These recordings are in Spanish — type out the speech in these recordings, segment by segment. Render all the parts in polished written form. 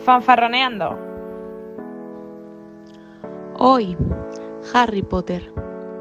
Fanfarroneando. Hoy, Harry Potter.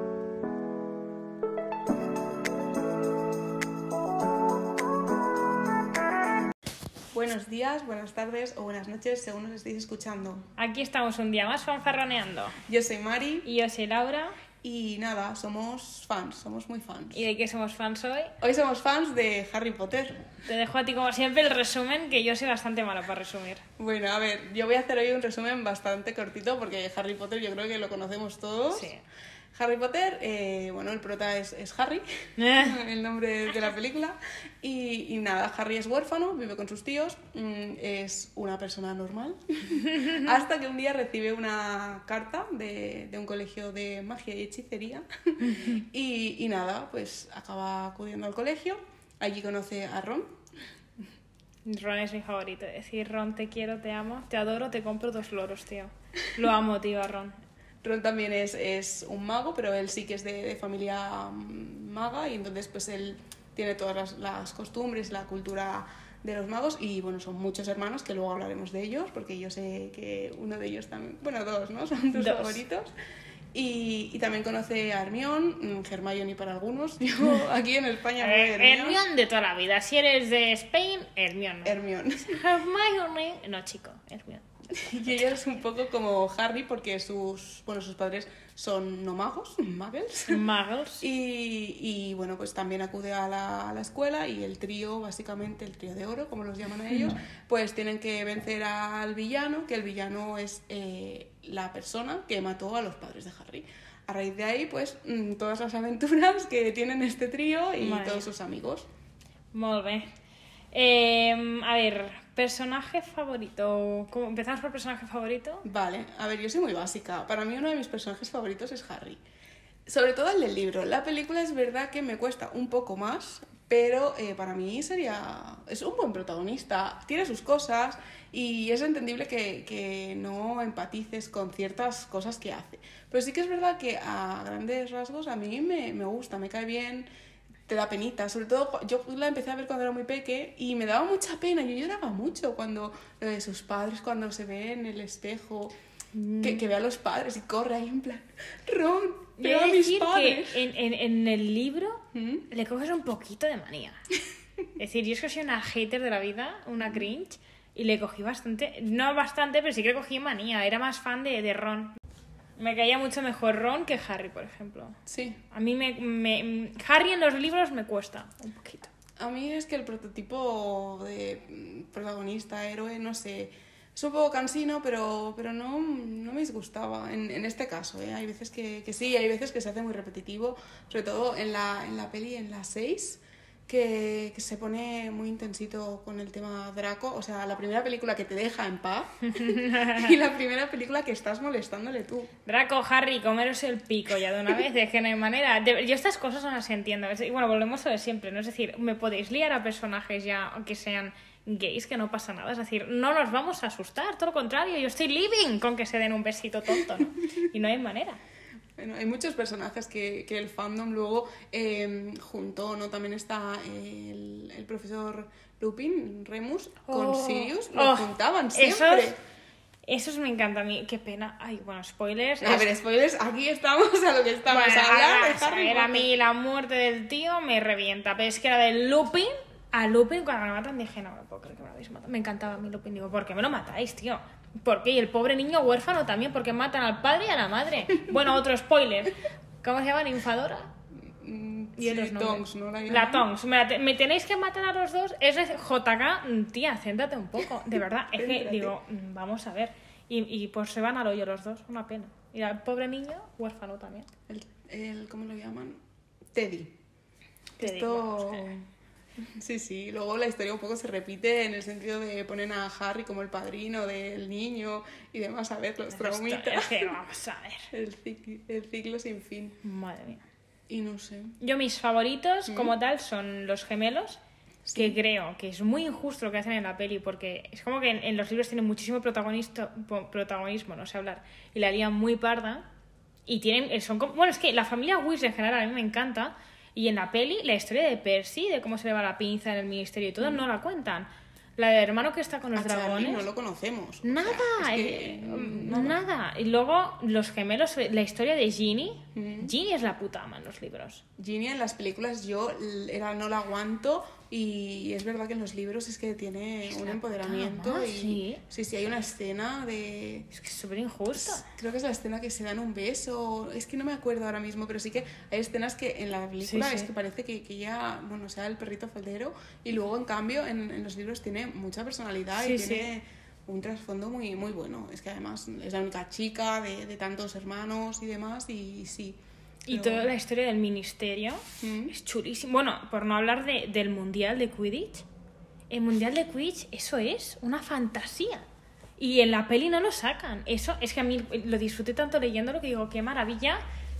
Buenos días, buenas tardes o buenas noches según nos estéis escuchando. Aquí estamos un día más fanfarroneando. Yo soy Mari. Y yo soy Laura. Y nada, somos fans, somos muy fans. ¿Y de qué somos fans hoy? Hoy somos fans de Harry Potter. Te dejo a ti como siempre el resumen, que yo soy bastante mala para resumir. Bueno, a ver, yo voy a hacer hoy un resumen bastante cortito porque Harry Potter yo creo que lo conocemos todos. Sí. Harry Potter, bueno, el prota es Harry, el nombre de la película. Y nada, Harry es huérfano, vive con sus tíos, es una persona normal. Hasta que un día recibe una carta de un colegio de magia y hechicería. Y nada, pues acaba acudiendo al colegio. Allí conoce a Ron. Ron es mi favorito. Es decir, Ron, te quiero, te amo, te adoro, te compro 2 loros, tío. Lo amo, tío, a Ron. Ron también es un mago, pero él sí que es de familia maga y entonces pues él tiene todas las costumbres, la cultura de los magos y bueno, son muchos hermanos que luego hablaremos de ellos porque yo sé que uno de ellos también, bueno, 2, ¿no? Son tus favoritos. Y también conoce a Hermione, Hermione para algunos. Yo aquí en España voy a Hermione de toda la vida. Si eres de Spain, Hermione. Hermione. Hermione. No, chico, Hermione. Y ella es un poco como Harry porque sus padres son no magos, muggles. Muggles. Y bueno, pues también acude a la escuela y el trío, básicamente el trío de oro, como los llaman a ellos, pues tienen que vencer al villano, que el villano es la persona que mató a los padres de Harry. A raíz de ahí, pues todas las aventuras que tienen este trío y todos sus amigos. Molt bé. A ver, personaje favorito. ¿Empezamos por personaje favorito? Vale, a ver, yo soy muy básica. Para mí uno de mis personajes favoritos es Harry. Sobre todo el del libro. La película es verdad que me cuesta un poco más, pero para mí es un buen protagonista. Tiene sus cosas y es entendible que no empatices con ciertas cosas que hace. Pero sí que es verdad que a grandes rasgos a mí me gusta, me cae bien. Te da penita, sobre todo yo la empecé a ver cuando era muy peque y me daba mucha pena, yo lloraba mucho cuando lo de sus padres, cuando se ve en el espejo, que ve a los padres y corre ahí en plan, Ron, veo a mis padres. Que en el libro le coges un poquito de manía. Es decir, yo es que soy una hater de la vida, una cringe, y le cogí bastante, no bastante, pero sí que le cogí manía, era más fan de Ron. Me caía mucho mejor Ron que Harry, por ejemplo. Sí. A mí Harry en los libros me cuesta un poquito. A mí es que el prototipo de protagonista, héroe, no sé, es un poco cansino, pero no me disgustaba en este caso, ¿eh? Hay veces que sí, hay veces que se hace muy repetitivo, sobre todo en la peli, en la 6, que se pone muy intensito con el tema Draco, o sea, la primera película que te deja en paz y la primera película que estás molestándole tú. Draco, Harry, comeros el pico ya de una vez, es que no hay manera. Yo estas cosas no las entiendo. Y bueno, volvemos a lo de siempre, ¿no? Es decir, me podéis liar a personajes ya, aunque sean gays, que no pasa nada. Es decir, no nos vamos a asustar, todo lo contrario. Yo estoy living con que se den un besito tonto, ¿no? Y no hay manera. Bueno, hay muchos personajes que el fandom luego juntó, ¿no? También está el profesor Lupin, Remus, con Sirius, lo juntaban siempre. Esos me encanta a mí. Qué pena. Ay, bueno, spoilers. A ver, spoilers, aquí estamos a lo que estamos hablando. A ver, a mí la muerte del tío me revienta. Pero es que era de Lupin. A Lupin, cuando me matan, dije, no me puedo creer que me lo habéis matado. Me encantaba a mí Lupin. Digo, ¿por qué me lo matáis, tío? ¿Por qué? Y el pobre niño huérfano también, porque matan al padre y a la madre. Bueno, otro spoiler. ¿Cómo se llama? ¿Ninfadora? Y los Tonks, ¿no? La Tonks. Me tenéis que matar a los dos. Es decir, JK, tía, céntrate un poco. De verdad, es que digo, vamos a ver. Y pues se van al hoyo los dos, una pena. Y el pobre niño, huérfano también. ¿Cómo lo llaman? Teddy. Teddy, Sí, luego la historia un poco se repite en el sentido de ponen a Harry como el padrino del niño y demás, a ver, los traumitas. Es que vamos a ver. El ciclo sin fin. Madre mía. Y no sé. Yo mis favoritos como tal son los gemelos, que creo que es muy injusto lo que hacen en la peli, porque es como que en los libros tienen muchísimo protagonismo, no sé hablar, y la lían muy parda, y bueno, es que la familia Weasley en general a mí me encanta. Y en la peli, la historia de Percy, de cómo se le va la pinza en el ministerio y todo, no la cuentan. La del hermano que está con los A Charlie dragones. no lo conocemos. O Nada, sea, es que, nada. Y luego los gemelos, la historia de Ginny. Ginny es la puta ama en los libros. Ginny en las películas yo no la aguanto y es verdad que en los libros es que tiene un empoderamiento ama, y sí. hay una escena de... Es que es súper injusto. Creo que es la escena que se dan un beso, es que no me acuerdo ahora mismo, pero sí que hay escenas que en la película Sí. es que parece que ya, bueno, sea el perrito faldero y luego en cambio en los libros tiene mucha personalidad y Sí, tiene un trasfondo muy, muy bueno. Es que además es la única chica de tantos hermanos y demás y sí. Y Pero- toda la historia del ministerio es chulísimo. Bueno, por no hablar del mundial de Quidditch. El mundial de Quidditch, eso es una fantasía. Y en la peli no lo sacan. Eso es que a mí lo disfruté tanto leyéndolo que digo, qué maravilla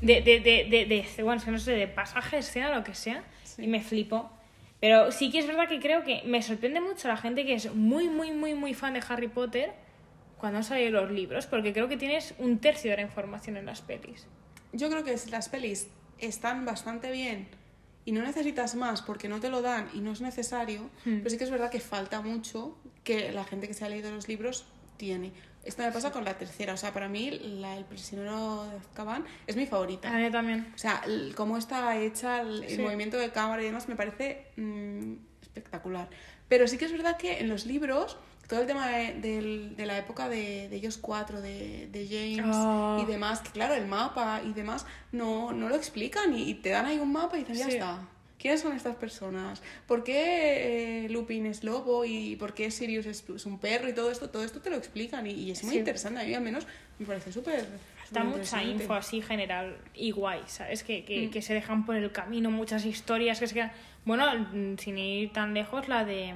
bueno, es que no sé, de pasaje, escena, lo que sea. Sí. Y me flipó. Pero sí que es verdad que creo que me sorprende mucho la gente que es muy, muy, muy, muy fan de Harry Potter cuando han salido los libros, porque creo que tienes un tercio de la información en las pelis. Yo creo que las pelis están bastante bien y no necesitas más porque no te lo dan y no es necesario, pero sí que es verdad que falta mucho que la gente que se ha leído los libros tiene. Esto me pasa con la tercera, o sea, para mí El prisionero de Azkaban es mi favorita. A mí también. O sea, cómo está hecha, el Sí. movimiento de cámara y demás me parece espectacular. Pero sí que es verdad que en los libros, todo el tema de la época de ellos cuatro, de James y demás, que claro, el mapa y demás, no lo explican y te dan ahí un mapa y dicen, ya Sí. está. ¿Quiénes son estas personas? ¿Por qué Lupin es lobo? ¿Y por qué Sirius es un perro? Y todo esto te lo explican y es muy Sí. interesante. A mí al menos me parece súper Da mucha interesante. info así general y guay, ¿sabes? Que se dejan por el camino muchas historias que se quedan... Bueno, sin ir tan lejos, la de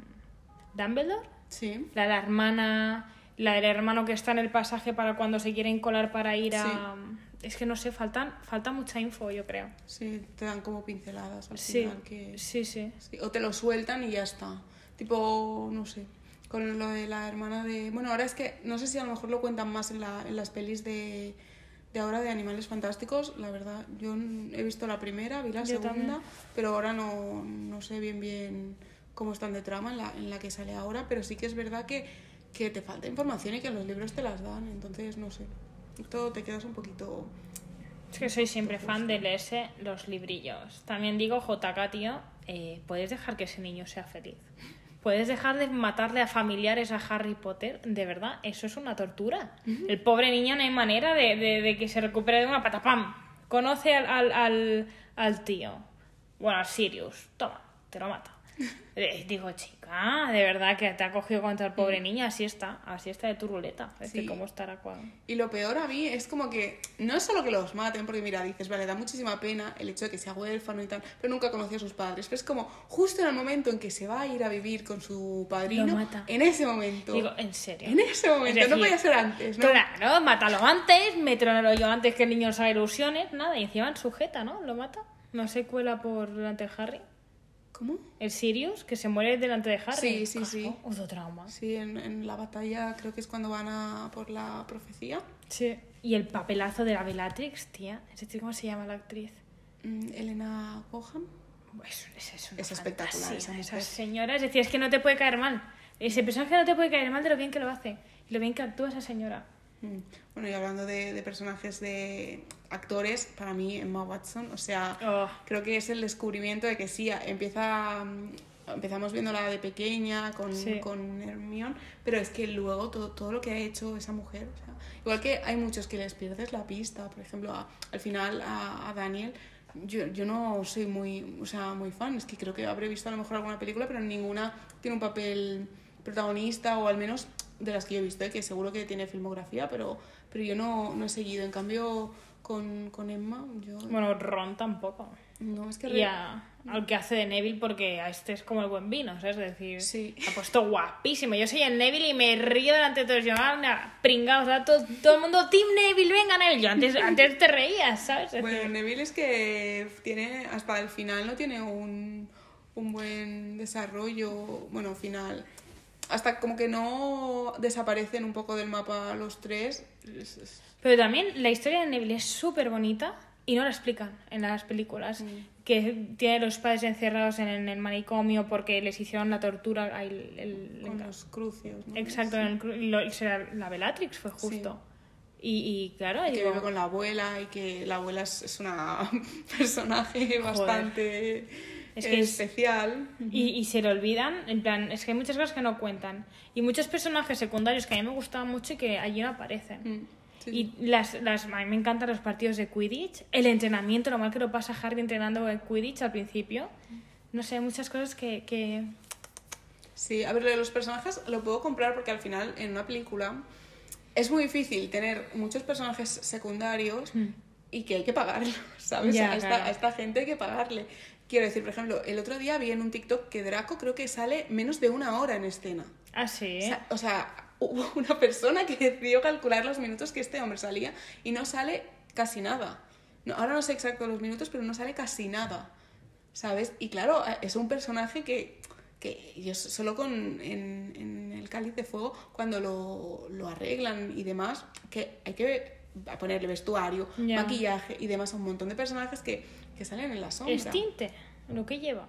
Dumbledore, Sí. la de la hermana, la del hermano que está en el pasaje para cuando se quieren colar para ir a... Es que no sé, falta mucha info, yo creo. Sí, te dan como pinceladas al Sí, final. Que... sí. Sí, o te lo sueltan y ya está. Tipo, no sé, con lo de la hermana de... Bueno, ahora es que no sé si a lo mejor lo cuentan más en las pelis de ahora de Animales Fantásticos. La verdad, yo he visto la primera, vi la Yo segunda, también. pero ahora no sé bien cómo están de trama en la que sale ahora, pero sí que es verdad que te falta información y que los libros te las dan, entonces no sé. Todo te quedas un poquito... Es que soy siempre fan de leerse los librillos. También digo, JK, tío, puedes dejar que ese niño sea feliz. Puedes dejar de matarle a familiares a Harry Potter. De verdad, eso es una tortura. El pobre niño no hay manera de que se recupere de una patapam. Conoce al tío. Bueno, al Sirius. Toma, te lo mata. Digo, chica, de verdad que te ha cogido contra el pobre niño. Así está de tu ruleta. Es que Sí. cómo estará cuando... Y lo peor a mí es como que no es solo que los maten, porque mira, dices, vale, da muchísima pena el hecho de que sea huérfano y tal, pero nunca conocía a sus padres. Pero es como justo en el momento en que se va a ir a vivir con su padrino, Lo mata. en ese momento. Digo, ¿en serio? En ese momento, Es no decir, podía ser antes, ¿no? Claro, mátalo antes, mételo en el hoyo antes que el niño se haga ilusiones, nada, y encima en sujeta, ¿no? Lo mata. No se cuela por delante de Harry. ¿Cómo? El Sirius, que se muere delante de Harry. Sí. Otro trauma. Sí, en la batalla creo que es cuando van a por la profecía. Sí. Y el papelazo de la Bellatrix, tía. Es decir, ¿cómo se llama la actriz? Elena Bohan. Es espectacular esa esa mujer. señora. Es decir, es que no te puede caer mal. Ese personaje no te puede caer mal de lo bien que lo hace. Y lo bien que actúa esa señora. Bueno, y hablando de personajes de actores, para mí Emma Watson, o sea, Oh. creo que es el descubrimiento de que sí, empezamos viéndola de pequeña Sí. con Hermione, pero es que luego todo lo que ha hecho esa mujer, o sea, igual que hay muchos que les pierdes la pista, por ejemplo, al final a Daniel, yo no soy muy fan, es que creo que habré visto a lo mejor alguna película, pero ninguna tiene un papel protagonista, o al menos de las que yo he visto, que seguro que tiene filmografía, pero yo no he seguido. En cambio, con Emma, yo... Bueno, Ron tampoco. No, es que... Y al que hace de Neville, porque a este es como el buen vino, ¿sabes? Es decir, Sí. ha puesto guapísimo. Yo soy el Neville y me río delante de todos. Yo, pringados, o sea, todo el mundo, Team Neville, venga Neville. Yo antes te reías, ¿sabes? Es Bueno, decir, Neville es que tiene, hasta el final no tiene un buen desarrollo, bueno, final. Hasta como que no desaparecen un poco del mapa los tres. Pero también la historia de Neville es súper bonita y no lo explican en las películas. Que tiene los padres encerrados en el manicomio porque les hicieron la tortura. Con los crucios, ¿no? Exacto, la Bellatrix fue justo. Y claro, que vive con la abuela y que la abuela es una personaje bastante especial. Y se le olvidan, en plan, es que hay muchas cosas que no cuentan. Y muchos personajes secundarios que a mí me gustaban mucho y que allí no aparecen. Sí. Y a mí me encantan los partidos de Quidditch, el entrenamiento, lo mal que lo pasa Harry entrenando en Quidditch al principio. No sé, hay muchas cosas que... Sí, a ver, los personajes lo puedo comprar porque al final en una película es muy difícil tener muchos personajes secundarios y que hay que pagarlos, ¿sabes? Ya, a esta gente hay que pagarle. Quiero decir, por ejemplo, el otro día vi en un TikTok que Draco creo que sale menos de 1 hora en escena. Ah, sí. O sea, hubo una persona que decidió calcular los minutos que este hombre salía y no sale casi nada. No, ahora no sé exacto los minutos, pero no sale casi nada, ¿sabes? Y claro, es un personaje que yo solo en el Cáliz de Fuego, cuando lo arreglan y demás, que hay que ponerle vestuario, maquillaje y demás a un montón de personajes que salen en la sombra. Es tinte, lo que lleva.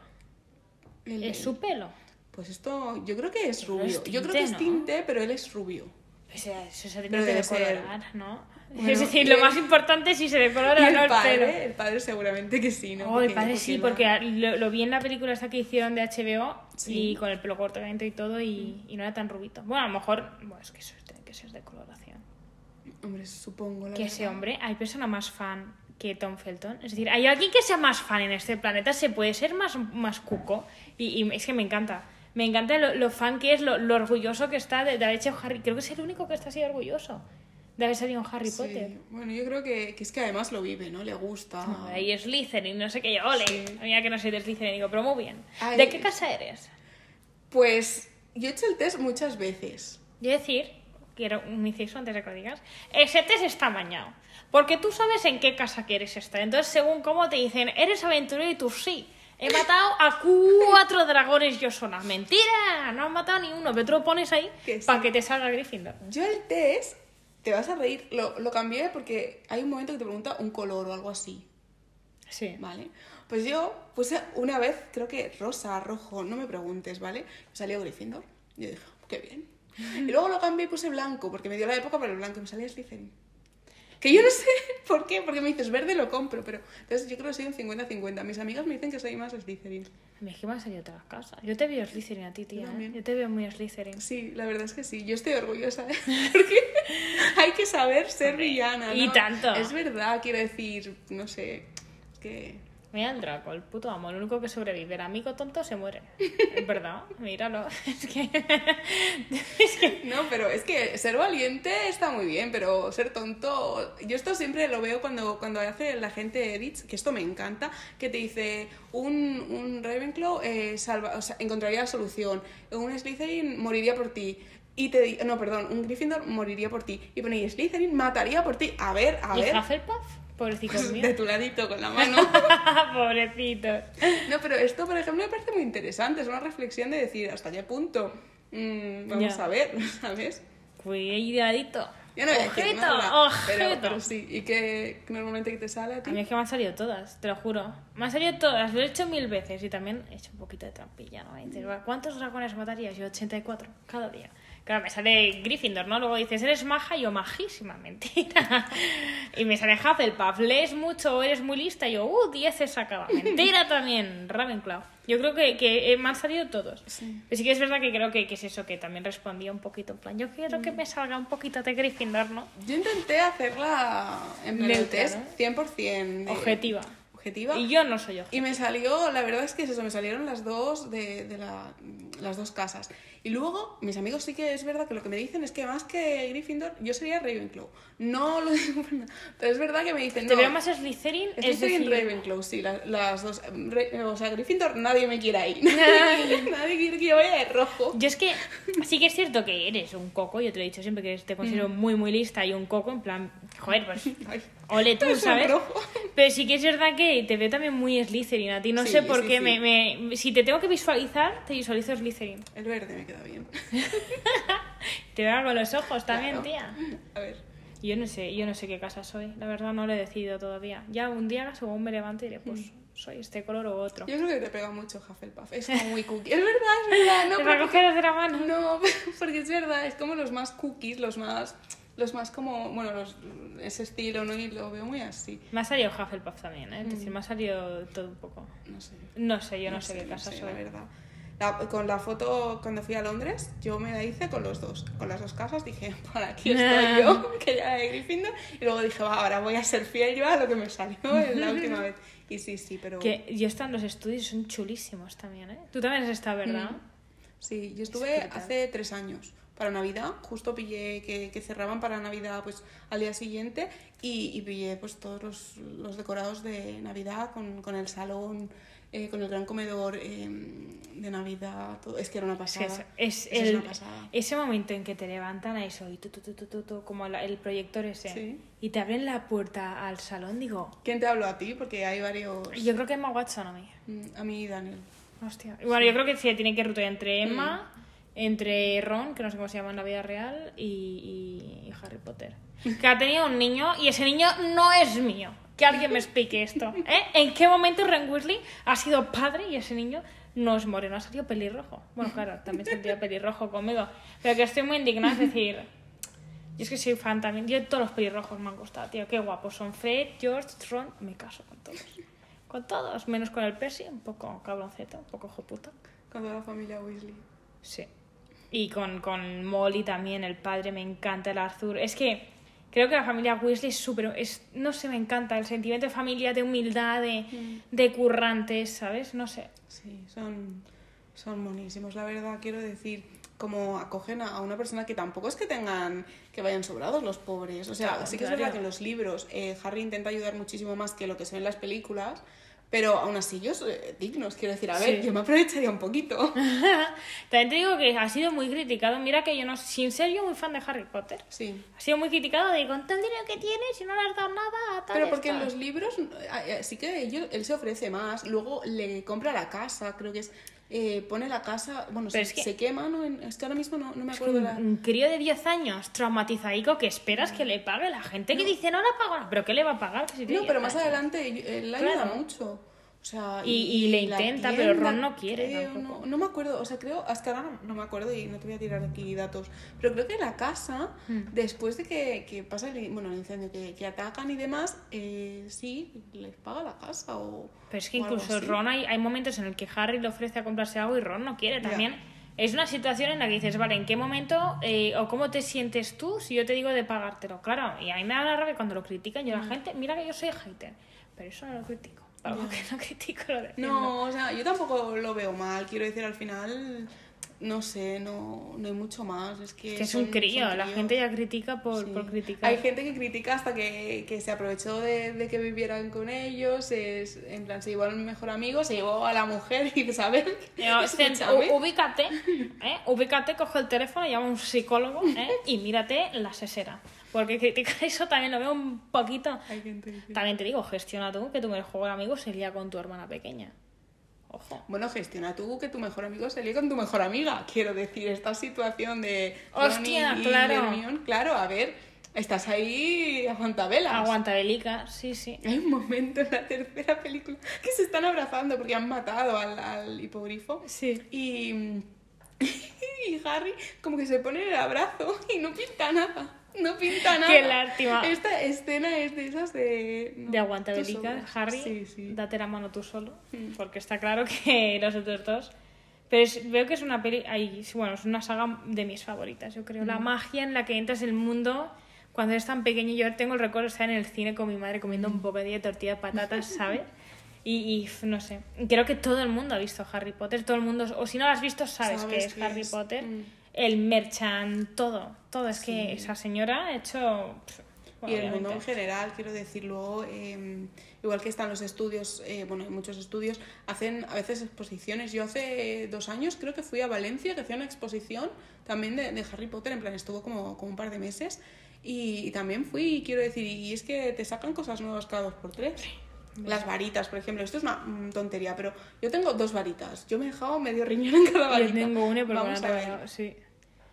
Es su pelo. Pues esto, yo creo que es rubio. Es tinte, yo creo que es ¿no? tinte, pero él es rubio. Eso se tiene Pero que debe ser. decolorar, ¿no? Bueno, es decir, lo más importante es si se decolora Y o no el pelo. el padre seguramente que sí, ¿no? Oh, el padre porque sí, porque lo vi en la película esta que hicieron de HBO y con el pelo corto y todo y no era tan rubito. Bueno, a lo mejor, es que eso tiene que ser de coloración. Hombre, supongo, la Que verdad. ese hombre, hay persona más fan que Tom Felton. Es decir, hay alguien que sea más fan en este planeta, se puede ser más cuco. Y es que me encanta. Me encanta lo fan que es, lo orgulloso que está de haber hecho Harry. Creo que es el único que está así orgulloso de haber salido en Harry Potter. Bueno, yo creo que es que además lo vive, ¿no? Le gusta. Y Slytherin, no sé qué, ole. Mira que no soy de Slytherin, digo, pero muy bien. Ay. ¿De qué casa eres? Pues yo he hecho el test muchas veces. Yo decir, quiero un inciso antes de que lo digas, ese test está amañado. Porque tú sabes en qué casa quieres estar. Entonces, según cómo te dicen, eres aventurero y tú sí. He matado a 4 dragones yo sola. Mentira, no han matado ni uno. Pero tú lo pones ahí para que te salga Gryffindor. Yo el test, te vas a reír, lo cambié porque hay un momento que te pregunta un color o algo así. Sí. ¿Vale? Pues yo puse una vez, creo que rosa, rojo, no me preguntes, ¿vale? Me salió Gryffindor. Yo dije, qué bien. Y luego lo cambié y puse blanco, porque me dio la época para el blanco y me salía Slytherin. Que yo no sé por qué, porque me dices verde lo compro, pero entonces yo creo que soy un 50-50. Mis amigas me dicen que soy más Slytherin. A mí es que me han salido otras casas. Yo te veo Slytherin a ti, tía. Yo Yo te veo muy Slytherin. Sí, la verdad es que sí. Yo estoy orgullosa, ¿eh? Porque hay que saber ser villana, ¿no? Y tanto. Es verdad, quiero decir, no sé, es que... Mira el Draco, el puto amo, el único que sobrevive. El amigo tonto se muere. Es verdad, míralo. Es que... No, pero es que ser valiente está muy bien, pero ser tonto... Yo esto siempre lo veo cuando hace la gente edits, que esto me encanta, que te dice un Ravenclaw encontraría la solución, un Slytherin moriría por ti. Un Gryffindor moriría por ti. Y pone, Slytherin mataría por ti. A ver. ¿Y Hufflepuff? Pobrecito Pues mío. de tu ladito, con la mano. Pobrecito. No, pero esto, por ejemplo, me parece muy interesante. Es una reflexión de decir, ¿hasta qué punto? Vamos a ver, ¿sabes? Cuidadito. Yo no voy a decir Ojito, nada, ojito. pero sí. ¿Y qué normalmente que te sale a ti? A mí es que me han salido todas, te lo juro. Me han salido todas, lo he hecho 1000 veces y también he hecho un poquito de trampilla, ¿no? Y dices, ¿cuántos dragones matarías? Yo 84 cada día. Claro, me sale Gryffindor, ¿no? Luego dices, eres maja, y yo majísima, mentira. Y me sale Hufflepuff, lees mucho, eres muy lista, y yo, 10 he sacado. Mentira también, Ravenclaw. Yo creo que me han salido todos. Sí. Pero sí que es verdad que creo que es eso, que también respondía un poquito en plan, yo quiero que me salga un poquito de Gryffindor, ¿no? Yo intenté hacerla en plan el Neutra, test ¿no? 100% Objetiva. objetiva. Y yo no soy yo. Y me salió, la verdad es que es eso, me salieron las dos las dos casas. Y luego, mis amigos sí que es verdad que lo que me dicen es que más que Gryffindor, yo sería Ravenclaw. No lo digo por nada, pero es verdad que me dicen, Te no, veo más Slytherin, es Slytherin, decir... Ravenclaw, sí, las dos. O sea, Gryffindor, nadie me quiere ahí. Nadie quiere que yo vaya de rojo. Yo es que sí que es cierto que eres un coco, yo te lo he dicho siempre que te considero muy muy lista y un coco en plan, joder, pues Ay, ole tú, es un ¿sabes? rojo. Pero sí que es verdad que te veo también muy Slytherin a ti, no Sí, sé por sí, qué, sí. si te tengo que visualizar, te visualizo Slytherin. El verde me queda bien. Te veo con los ojos también, Claro. tía. A ver. Yo no sé qué casa soy, la verdad no lo he decidido todavía. Ya un día, según me levante, diré, pues soy este color u otro. Yo creo que te pega mucho Hufflepuff, es como muy cookie. Es verdad, no. ¿Te va a coger de la mano? No, porque es verdad, es como los más cookies, los más como, bueno, ese estilo, ¿no? Y lo veo muy así. Me ha salido Hufflepuff también, ¿eh? Es decir, me ha salido todo un poco. No sé, yo no sé qué casa soy. La verdad. Con la foto, cuando fui a Londres, yo me la hice con los dos, con las dos casas. Dije, por aquí estoy yo, que ya de Gryffindor. Y luego dije, va, ahora voy a ser fiel yo a lo que me salió en la última vez. Y sí, pero... Que yo están los estudios, son chulísimos también, ¿eh? Tú también has estado, ¿verdad? Sí, yo estuve hace 3 años. Para Navidad, justo pillé que cerraban para Navidad pues al día siguiente y pillé pues todos los decorados de Navidad con el salón, con el gran comedor de Navidad, todo. Es que era una pasada. Es una pasada. Ese momento en que te levantan a eso y como el proyector ese y te abren la puerta al salón, digo... ¿Quién te habló a ti? Porque hay varios... Yo creo que Emma Watson a mí. A mí y Daniel. Hostia. Bueno, yo creo que sí, tiene que rotar entre Emma... Entre Ron, que no sé cómo se llama en la vida real, y Harry Potter. Que ha tenido un niño y ese niño no es mío. Que alguien me explique esto. ¿En qué momento Ron Weasley ha sido padre y ese niño no es moreno? Ha salido pelirrojo. Bueno, claro, también sentía pelirrojo conmigo. Pero que estoy muy indignada, es decir... Yo es que soy fan también. Yo todos los pelirrojos me han gustado, tío. Qué guapos son. Fred, George, Ron... Me caso con todos. Con todos. Menos con el Percy, un poco cabronceta, un poco joputa. Con toda la familia Weasley. Sí. Y con Molly también, el padre, me encanta el Arthur. Es que creo que la familia Weasley es súper... No sé, me encanta el sentimiento de familia, de humildad, de currantes, ¿sabes? No sé. Sí, son monísimos, la verdad, quiero decir, como acogen a una persona que tampoco es que vayan sobrados los pobres. O sea, Claro, sí que es verdad que en los libros Harry intenta ayudar muchísimo más que lo que se ve en las películas, pero aún así ellos dignos, quiero decir, a ver, yo me aprovecharía un poquito. También te digo que ha sido muy criticado. Mira que yo no, sin ser yo muy fan de Harry Potter, ha sido muy criticado de con todo el dinero que tienes y no le has dado nada. Pero porque en los libros sí que él se ofrece más, luego le compra la casa, creo que es... pone la casa, bueno, se quema, ¿no? Es que ahora mismo no me acuerdo. Un crío de 10 años traumatizadico que esperas que le pague. La gente que dice no la pago, pero ¿qué le va a pagar? Si no, pero más adelante él ayuda mucho. O sea, y le intenta, tienda, pero Ron no quiere. Creo, no me acuerdo, o sea, creo, hasta ahora no me acuerdo y no te voy a tirar aquí datos, pero creo que la casa, después de que pasa el incendio, que atacan y demás, sí, les paga la casa o... Pero es que incluso Ron hay momentos en el que Harry le ofrece a comprarse algo y Ron no quiere también. Es una situación en la que dices, vale, ¿en qué momento o cómo te sientes tú si yo te digo de pagártelo? Claro, y a mí me da la rabia cuando lo critican. Yo la gente, mira que yo soy hater, pero eso no lo critico. Algo que no critico lo defiendo. No, o sea, yo tampoco lo veo mal. Quiero decir, al final, no sé, no hay mucho más. Es que es un crío, la gente ya critica por criticar. Hay gente que critica hasta que se aprovechó de que vivieran con ellos. En plan, se llevó al mejor amigo, se llevó a la mujer y ¿sabes? Ubícate, coge el teléfono, llama a un psicólogo y mírate la sesera. Porque criticar eso también lo veo un poquito. También te digo, gestiona tú que tu mejor amigo se lía con tu hermana pequeña. Ojo. Bueno, gestiona tú que tu mejor amigo se lía con tu mejor amiga. Quiero decir, esta situación de Hostia, Ronnie y Hermione, claro, a ver, estás ahí aguantabelas. Aguantabelica, sí. Hay un momento en la tercera película que se están abrazando porque han matado al hipogrifo. Sí. Y Harry como que se pone en el abrazo y no pinta nada. No pinta nada. Qué lástima. Esta escena es de esas de aguantabelica, Harry, date la mano tú solo, porque está claro que los otros dos... Pero veo que es una peli... es una saga de mis favoritas, yo creo. La magia en la que entras en el mundo cuando eres tan pequeño. Yo tengo el recuerdo de estar en el cine con mi madre comiendo un bocadillo de tortilla de patatas, ¿sabes? Y no sé, creo que todo el mundo ha visto Harry Potter, todo el mundo... O si no lo has visto, sabes que es Harry Potter... El merchant, todo. Es que esa señora ha hecho... y el mundo en general, quiero decirlo, igual que están los estudios, hay muchos estudios, hacen a veces exposiciones. Yo hace 2 años creo que fui a Valencia, que hacía una exposición también de Harry Potter, en plan estuvo como un par de meses, y también fui, quiero decir, y es que te sacan cosas nuevas cada 2x3. Las varitas, por ejemplo, esto es una tontería, pero yo tengo 2 varitas. Yo me he dejado medio riñón en cada varita. Yo tengo una, pero vamos a ver. Sí.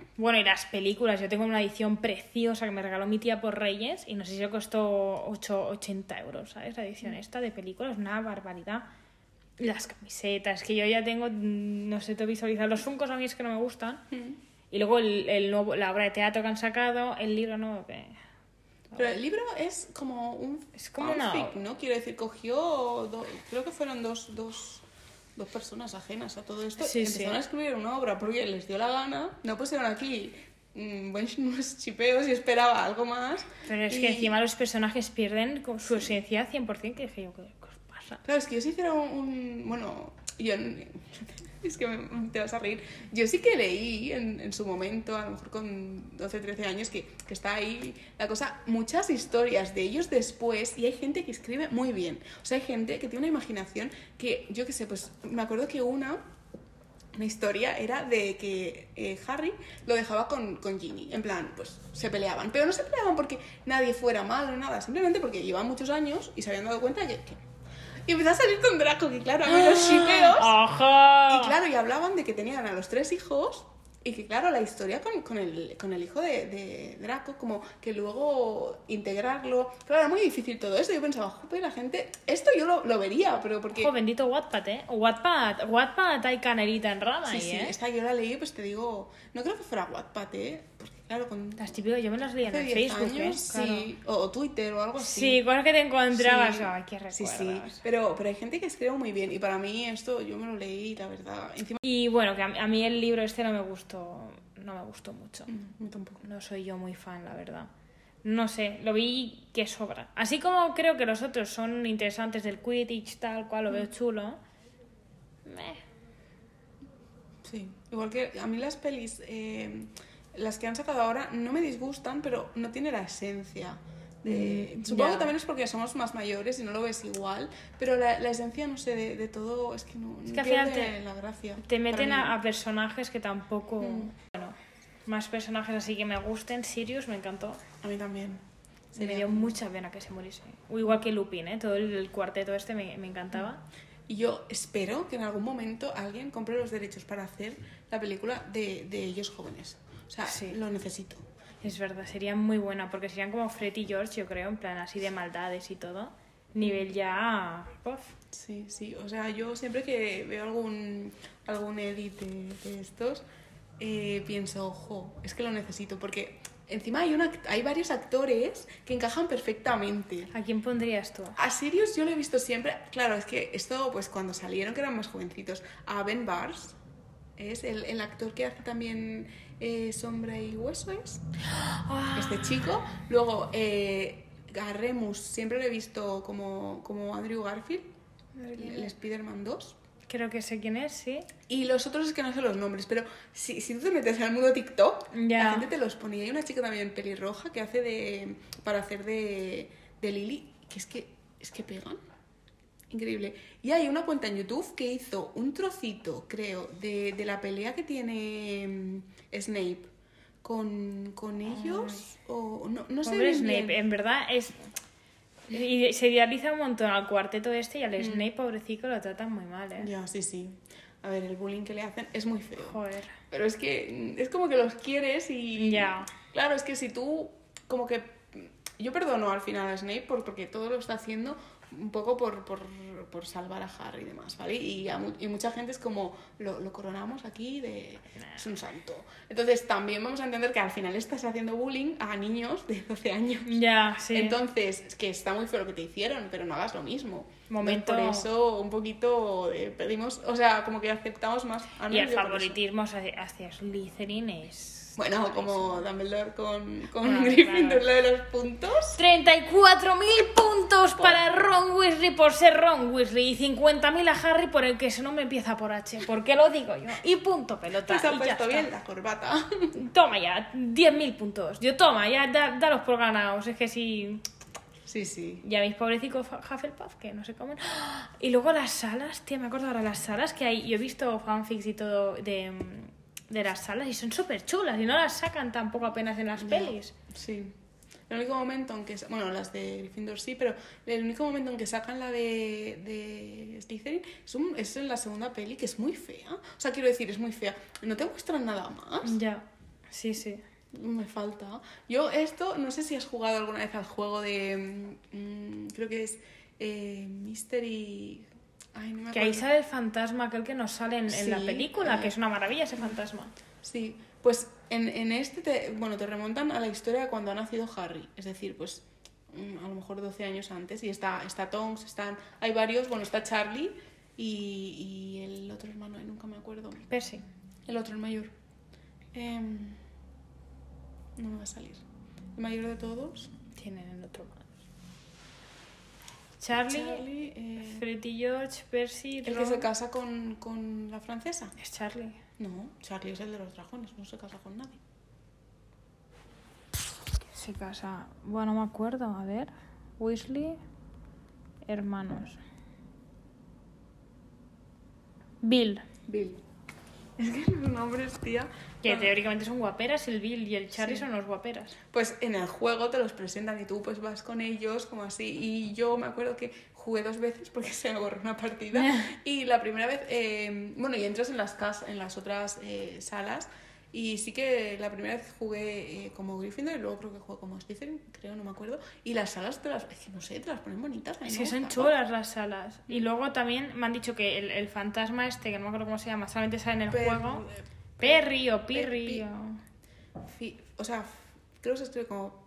Bueno, y las películas. Yo tengo una edición preciosa que me regaló mi tía por Reyes y no sé si le costó 80 euros, ¿sabes? La edición esta de películas, una barbaridad. Las camisetas, que yo ya tengo, no sé, te visualizar. Los Funkos a mí es que no me gustan. Y luego el nuevo, la obra de teatro que han sacado, el libro nuevo que... Pero el libro es como un Es como fanfic, ¿no? Quiero decir, creo que fueron dos personas ajenas a todo esto. Sí, Empezaron a escribir una obra porque les dio la gana. No pusieron aquí buenos chipeos y esperaba algo más. Pero es que encima los personajes pierden su esencia 100%, que dije yo, ¿qué os pasa? Claro, es que yo sí hiciera bueno, yo... Es que te vas a reír. Yo sí que leí en su momento, a lo mejor con 12, 13 años, que está ahí la cosa, muchas historias de ellos después, y hay gente que escribe muy bien. O sea, hay gente que tiene una imaginación que, yo qué sé, pues me acuerdo que una historia era de que Harry lo dejaba con Ginny. En plan, pues se peleaban. Pero no se peleaban porque nadie fuera malo o nada, simplemente porque llevaban muchos años y se habían dado cuenta que y empezó a salir con Draco, que claro, a mí los shipeos. ¡Ajá! Y claro, y hablaban de que tenían a los 3 hijos. Y que claro, la historia con el hijo de Draco, como que luego integrarlo. Claro, era muy difícil todo esto. Yo pensaba, joder, la gente. Esto yo lo vería, pero porque. Ojo, bendito Wattpad, ¿eh? Wattpad hay canelita en rama Sí, ahí, sí, ¿eh? esta yo la leí, pues te digo. No creo que fuera Wattpad, ¿eh? Porque claro, con. Las típicas, yo me las leía en Hace el 10 Facebook, años, ¿eh? Claro. sí. O Twitter o algo así. Sí, cosas que te encontrabas. Sí. Ay, qué recuerdos. Sí, sí. Pero hay gente que escribe muy bien. Y para mí esto yo me lo leí, la verdad. Encima... Y bueno, que a mí el libro este no me gustó mucho. Yo tampoco. No soy yo muy fan, la verdad. No sé, lo vi que sobra. Así como creo que los otros son interesantes del Quidditch, tal cual, lo veo chulo. Sí, igual que a mí las pelis, las que han sacado ahora, no me disgustan, pero no tiene la esencia. Supongo ya. que también es porque somos más mayores y no lo ves igual, pero la esencia, no sé, de todo, es que no, Es no que al final pierde la gracia. te meten para mí. a personajes que tampoco... Bueno, más personajes así que me gusten. Sirius me encantó. A mí también. Me dio mucha pena que se muriese. O igual que Lupin, ¿eh? Todo el cuarteto este me encantaba. Y yo espero que en algún momento alguien compre los derechos para hacer la película de ellos jóvenes. O sea, Sí. lo necesito. Es verdad, sería muy buena, porque serían como Fred y George, yo creo, en plan así de maldades y todo. Nivel ya... Puff. Sí, sí. O sea, yo siempre que veo algún edit de estos, pienso, ojo, es que lo necesito, porque encima hay varios actores que encajan perfectamente. ¿A quién pondrías tú? A Sirius yo lo he visto siempre, claro, es que esto, pues cuando salieron, que eran más jovencitos, a Ben Barnes, es el actor que hace también Sombra y Hueso, ¿es? Este chico. Luego, a Remus siempre lo he visto como Andrew Garfield, el Spider-Man 2. Creo que sé quién es, sí. Y los otros es que no sé los nombres, pero si tú te metes en el mundo TikTok, Ya. la gente te los pone. Y hay una chica también pelirroja que hace para hacer de Lily, que es que pegan. Increíble. Y hay una cuenta en YouTube que hizo un trocito, creo, de la pelea que tiene Snape con ellos. O no sé Pobre bien Snape, bien. en verdad es... Y se idealiza un montón al cuarteto este y al Snape, pobrecito, lo tratan muy mal, ¿eh? Ya, sí, sí. A ver, el bullying que le hacen es muy feo. Joder. Pero es que es como que los quieres y... Ya. Claro, es que si tú como que... Yo perdono al final a Snape porque todo lo está haciendo un poco por salvar a Harry y demás, ¿vale? Y mucha gente es como, lo coronamos aquí de... Es un santo. Entonces también vamos a entender que al final estás haciendo bullying a niños de 12 años. Ya, sí. Entonces, es que está muy feo lo que te hicieron, pero no hagas lo mismo. Momento- Por eso un poquito pedimos, o sea, como que aceptamos más a Y el yo por eso. favoritismo hacia Slytherin es... Bueno, como Dumbledore con Bueno, Gryffindor, claro. lo de los puntos. 34.000 puntos para Ron Weasley por ser Ron Weasley y 50.000 a Harry por el que ese nombre empieza por H. ¿Por qué lo digo yo? Y punto, pelota. Se ha y ya puesto está. bien la corbata. Toma ya, 10.000 puntos. Yo toma, ya dalos por ganados. Es que si... Sí, sí. Ya mis pobrecitos Hufflepuff que no se comen. Y luego las salas, tía, me acuerdo ahora las salas que hay. Yo he visto fanfics y todo de las salas y son súper chulas y no las sacan tampoco apenas en las pelis. Sí. El único momento en que... Bueno, las de Gryffindor sí, pero el único momento en que sacan la de Slytherin es en la segunda peli, que es muy fea. O sea, quiero decir, es muy fea. No te muestran nada más. Ya. Sí, sí. Me falta. Yo esto, no sé si has jugado alguna vez al juego de... creo que es Mystery... Ay, no me Que ahí acuerdo. sale el fantasma, aquel que nos sale en la Sí, película, que es una maravilla ese fantasma. Sí, pues en este te remontan a la historia de cuando ha nacido Harry. Es decir, pues a lo mejor 12 años antes. Y está Tonks, hay varios. Bueno, está Charlie y el otro hermano, nunca me acuerdo. Percy. El otro, el mayor. No me va a salir. El mayor de todos. Tienen el otro más. Charlie, Fred y George, Percy, El que Ron. se casa con la francesa. Es Charlie. No, Charlie es el de los dragones, no se casa con nadie. Se casa... Bueno, no me acuerdo. A ver. Weasley. Hermanos. Bill. Bill. Es que los nombres, tía. Que teóricamente son guaperas. El Bill y el Charlie Sí. son los guaperas. Pues en el juego te los presentan y tú pues vas con ellos como así. Y yo me acuerdo que jugué 2 veces porque se me borró una partida. Y la primera vez, bueno, y entras en las otras salas. Y sí que la primera vez jugué como Gryffindor y luego creo que jugué como Slytherin, creo, no me acuerdo. Y las salas es que no sé, te las ponen bonitas. Es que son chulas las salas. Y luego también me han dicho que el fantasma este, que no me acuerdo cómo se llama, solamente sale en el juego. Perry o Pirri o sea, creo que se escribe como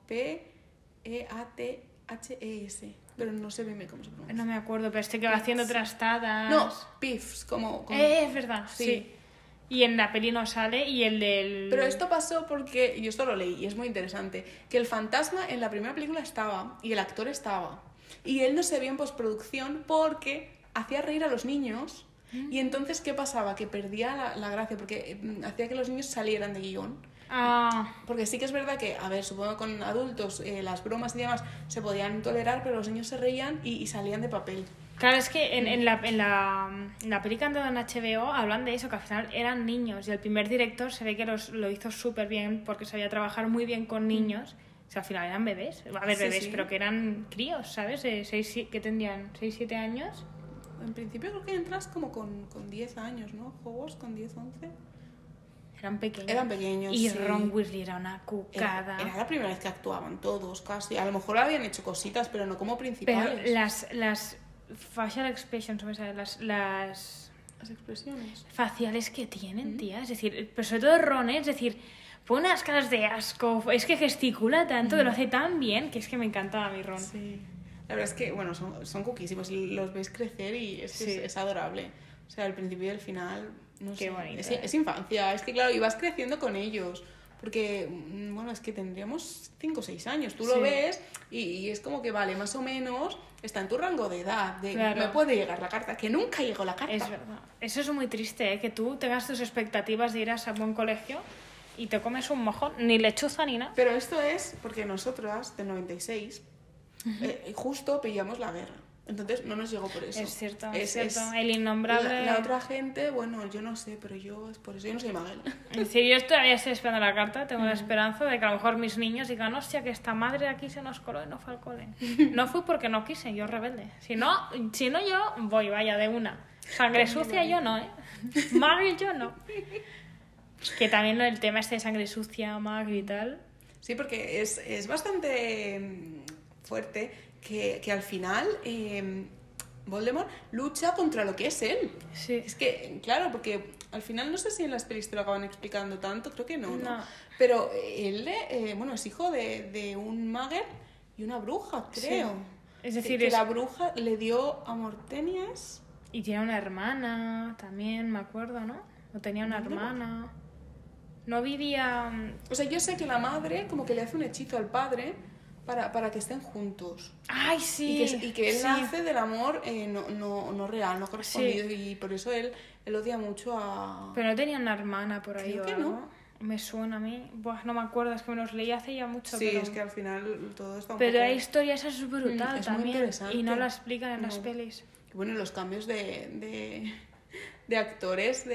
P-E-A-T-H-E-S, pero no sé bien cómo se pronuncia. No me acuerdo, pero este que va haciendo trastadas. No, Piffs, como... Es verdad, Sí. sí. Y en la peli no sale y el del... Pero esto pasó porque, yo esto lo leí y es muy interesante, que el fantasma en la primera película estaba y el actor estaba. Y él no se vio en postproducción porque hacía reír a los niños y entonces, ¿qué pasaba? Que perdía la gracia porque hacía que los niños salieran de guión. Ah, Porque sí que es verdad que, a ver, supongo que con adultos las bromas y demás se podían tolerar, pero los niños se reían y salían de papel. claro, es que en la peli que han dado en HBO hablan de eso, que al final eran niños y el primer director se ve que lo hizo súper bien porque sabía trabajar muy bien con niños. O sea, al final eran bebés, a ver, Sí, bebés, sí. pero que eran críos, ¿sabes? Que tendrían 6, 7 años. En principio creo que entras como con 10 años, ¿no? Juegos con 10, 11. Eran pequeños. Eran pequeños, Y sí. Ron Weasley era una cucada. Era la primera vez que actuaban todos, casi. A lo mejor habían hecho cositas, pero no como Pero principales. las facial expressions, o sea, las Las expresiones. faciales que tienen, tía. Es decir, pero sobre todo Ron, ¿eh? Es decir, pone unas caras de asco. Es que gesticula tanto, que lo hace tan bien, que es que me encantaba a mi Ron. Sí. La verdad es que, bueno, son cuquísimos. Los ves crecer y Sí. es adorable. O sea, el principio y el final, no Qué sé. bonito, Es infancia. Es que, claro, y vas creciendo con ellos. Porque, bueno, es que tendríamos 5 o 6 años. Tú lo Sí. ves y es como que, vale, más o menos está en tu rango de edad. Claro. Me puede llegar la carta. Que nunca llegó la carta. Es verdad. Eso es muy triste, ¿eh? Que tú tengas tus expectativas de ir a ese buen colegio y te comes un mojón, ni lechuza ni nada. Pero esto es porque nosotras, del 96, justo pillamos la guerra. Entonces no nos llegó por eso. Es cierto, es cierto. El innombrable... La otra gente, bueno, yo no sé, pero yo es por eso, yo no soy Magel. Es decir, yo todavía estoy esperando la carta, tengo la esperanza de que a lo mejor mis niños digan, hostia, que esta madre aquí se nos coló y no fue al cole. No fui porque no quise, yo rebelde. Si no yo voy, vaya, de una. Sangre sucia yo no, ¿eh? Magri yo no. Que también el tema este de sangre sucia, Magri y tal... Sí, porque es bastante fuerte que al final Voldemort lucha contra lo que es él. Sí. Es que, claro, porque al final no sé si en las pelis te lo acaban explicando tanto, creo que no. No. Pero él, bueno, es hijo de un Magel y una bruja, creo. Sí. Es decir, que la bruja le dio a Mortenias. Y tiene una hermana también, me acuerdo, ¿no? O tenía una hermana. No vivía... O sea, yo sé que la madre como que le hace un hechizo al padre para que estén juntos. ¡Ay, sí! Y que él sí. nace del amor no real, no correspondido. Y por eso él odia mucho a... Pero no tenía una hermana por ahí Creo o que algo. no. Me suena a mí. Buah, no me acuerdo, es que me los leí hace ya mucho. Sí, pero... es que al final todo está un Pero poco... la historia esa es brutal es muy también. interesante. Y no la explican en las No. pelis. Y bueno, los cambios de actores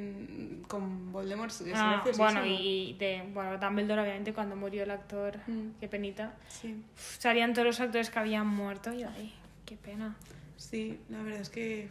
con Voldemort es graciosísimo. Bueno, Dumbledore obviamente cuando murió el actor, qué penita. Sí, Salían todos los actores que habían muerto y ay, qué pena. sí, la verdad es que...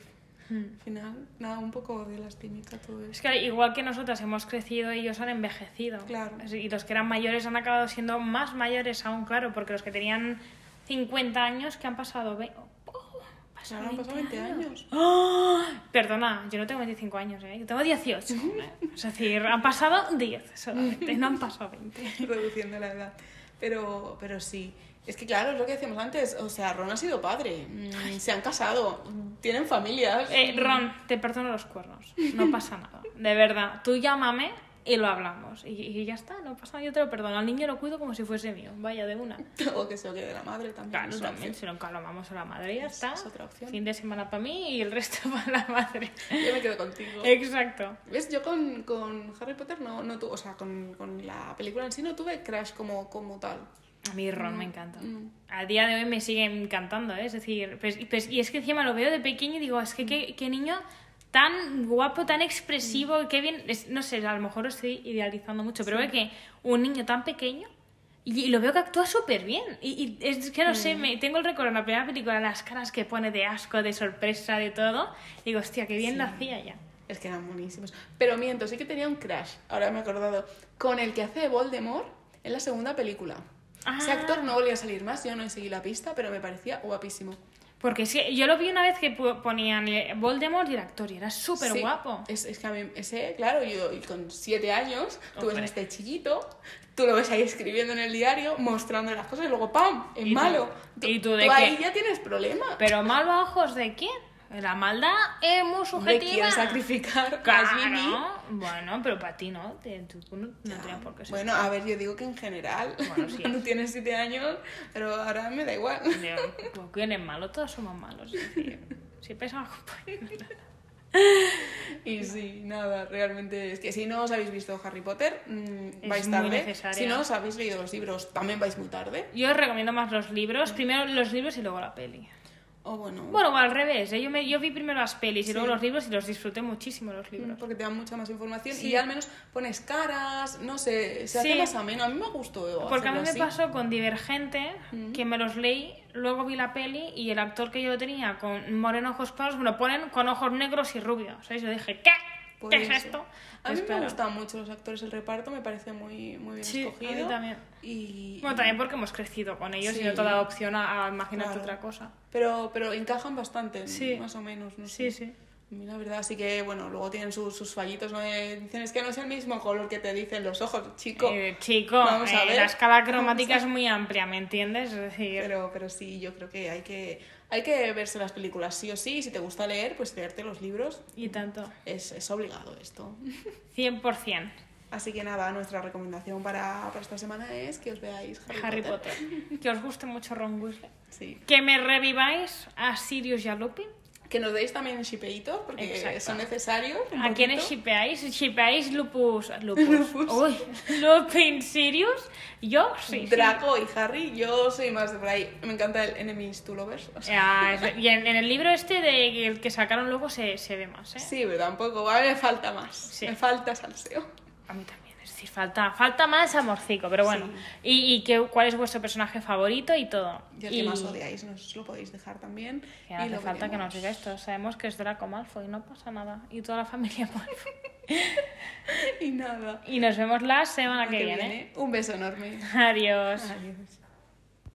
Al final, nada, un poco de lastimica todo Es eso. que igual que nosotras hemos crecido, ellos han envejecido. Claro. Y los que eran mayores han acabado siendo más mayores aún, claro, porque los que tenían 50 años, que han pasado... Ahora han pasado 20 años. ¡Oh! Perdona, yo no tengo 25 años, ¿eh? Yo tengo 18. Es decir, han pasado 10 solamente, no han pasado 20. Reduciendo la edad. Pero sí. Es que claro, es lo que decíamos antes. O sea, Ron ha sido padre. Se han casado. Tienen familias. Ron, te perdono los cuernos. No pasa nada. De verdad. Tú llámame y lo hablamos. Y ya está, no pasa nada, yo te lo perdono. Al niño lo cuido como si fuese mío. Vaya, de una. O que se lo quede la madre también. Claro, es una también, opción. si no calmamos a la madre, ya está. Es otra opción. Fin de semana para mí y el resto para la madre. Yo me quedo contigo. Exacto. ¿Ves? Yo con Harry Potter no tuve, o sea, con la película en sí no tuve crush como tal. A mí Ron me encanta. No. A día de hoy me sigue encantando, ¿eh? Es decir, y es que encima lo veo de pequeño y digo, es que qué niño tan guapo, tan expresivo, qué bien... no sé, a lo mejor lo estoy idealizando mucho, pero veo que un niño tan pequeño y lo veo que actúa súper bien. Y es que no sé, tengo el recuerdo en la primera película, las caras que pone de asco, de sorpresa, de todo. Digo, hostia, qué bien lo hacía ya. Es que eran buenísimos. Pero miento, sí que tenía un crush, ahora me he acordado, con el que hace de Voldemort en la segunda película. Ese actor no volvió a salir más, yo no seguí la pista, pero me parecía guapísimo. Porque sí, yo lo vi una vez que ponían Voldemort y el actor y era súper Sí, guapo. es que a mí, ese, claro, yo con 7 años, tú ves a Hombre. este chiquito, tú lo ves ahí escribiendo en el diario, mostrando las cosas y luego ¡pam! Es ¿Y tú? malo. ¿Y tú de ahí qué? ya tienes problema. Pero malo a ojos de quién? La maldad es muy Hombre, subjetiva. quieres sacrificar a Claro. Ginny. Bueno, pero para ti no. Tú no tenías por qué ser. Bueno, a ver, yo digo que en general, Bueno, sí. cuando tienes 7 años, pero ahora me da igual. Pues quién es malo, todos somos malos. Es decir, si pensamos Y sí, nada, realmente es que si no os habéis visto Harry Potter, vais muy tarde. necesaria. Si no os habéis leído los libros, también vais muy tarde. Yo os recomiendo más los libros. Primero los libros y luego la peli. O bueno, Bueno, o al revés. Yo vi primero las pelis y Sí. luego los libros y los disfruté muchísimo los libros. porque te dan mucha más información Sí. y ya al menos pones caras, no sé, se hace Sí. más ameno. A mí me gustó. Porque a mí me hacerlo pasó con Divergente, que me los leí, luego vi la peli y el actor que yo lo tenía con moreno ojos claros me lo ponen con ojos negros y rubios. ¿Sabes? Yo dije, ¿qué? Por ¿Qué es eso. esto? A mí Espera. me gustan mucho los actores, el reparto me parece muy bien Sí, a escogido. mí también. Y, Bueno, también porque hemos crecido con ellos Sí. y no te da opción a imaginarte Claro. otra cosa. Pero encajan bastante, Sí. más o menos, no Sí, sé. sí. A mí la verdad, sí que, bueno, luego tienen sus fallitos, ¿no? Dicen, es que no es el mismo color que te dicen los ojos, chico. Chico, vamos a ver. la escala cromática es muy amplia, ¿me entiendes? Es decir, Pero sí, yo creo que hay que verse las películas sí o sí. Si te gusta leer, pues leerte los libros. y tanto. Es obligado esto. 100%. Así que nada, nuestra recomendación para esta semana es que os veáis Harry Potter. Que os guste mucho Ron Weasley. Sí. Que me reviváis a Sirius y a Lupin. Que nos deis también shipeitos, porque Exacto. son necesarios. un ¿A quiénes poquito. shipeáis? ¿Shipeáis Lupus? Lupus. Uy, Lupin, Sirius. Yo sí. Draco y Harry, yo soy más de por ahí. Me encanta el Enemies to Lovers. O sea, Y en el libro este de el que sacaron luego se ve más, ¿eh? sí, pero tampoco, a mí me falta más. Sí. Me falta salseo. A mí también. Es decir, falta más amorcico, pero bueno. Sí. ¿Cuál es vuestro personaje favorito y todo? Y el que más odiáis, nos lo podéis dejar también. Que no y hace lo falta que nos veremos. digáis esto. Sabemos que es Draco Malfoy, no pasa nada. Y toda la familia Malfoy. Y nada. Y nos vemos la semana que viene. Un beso enorme. Adiós. Adiós.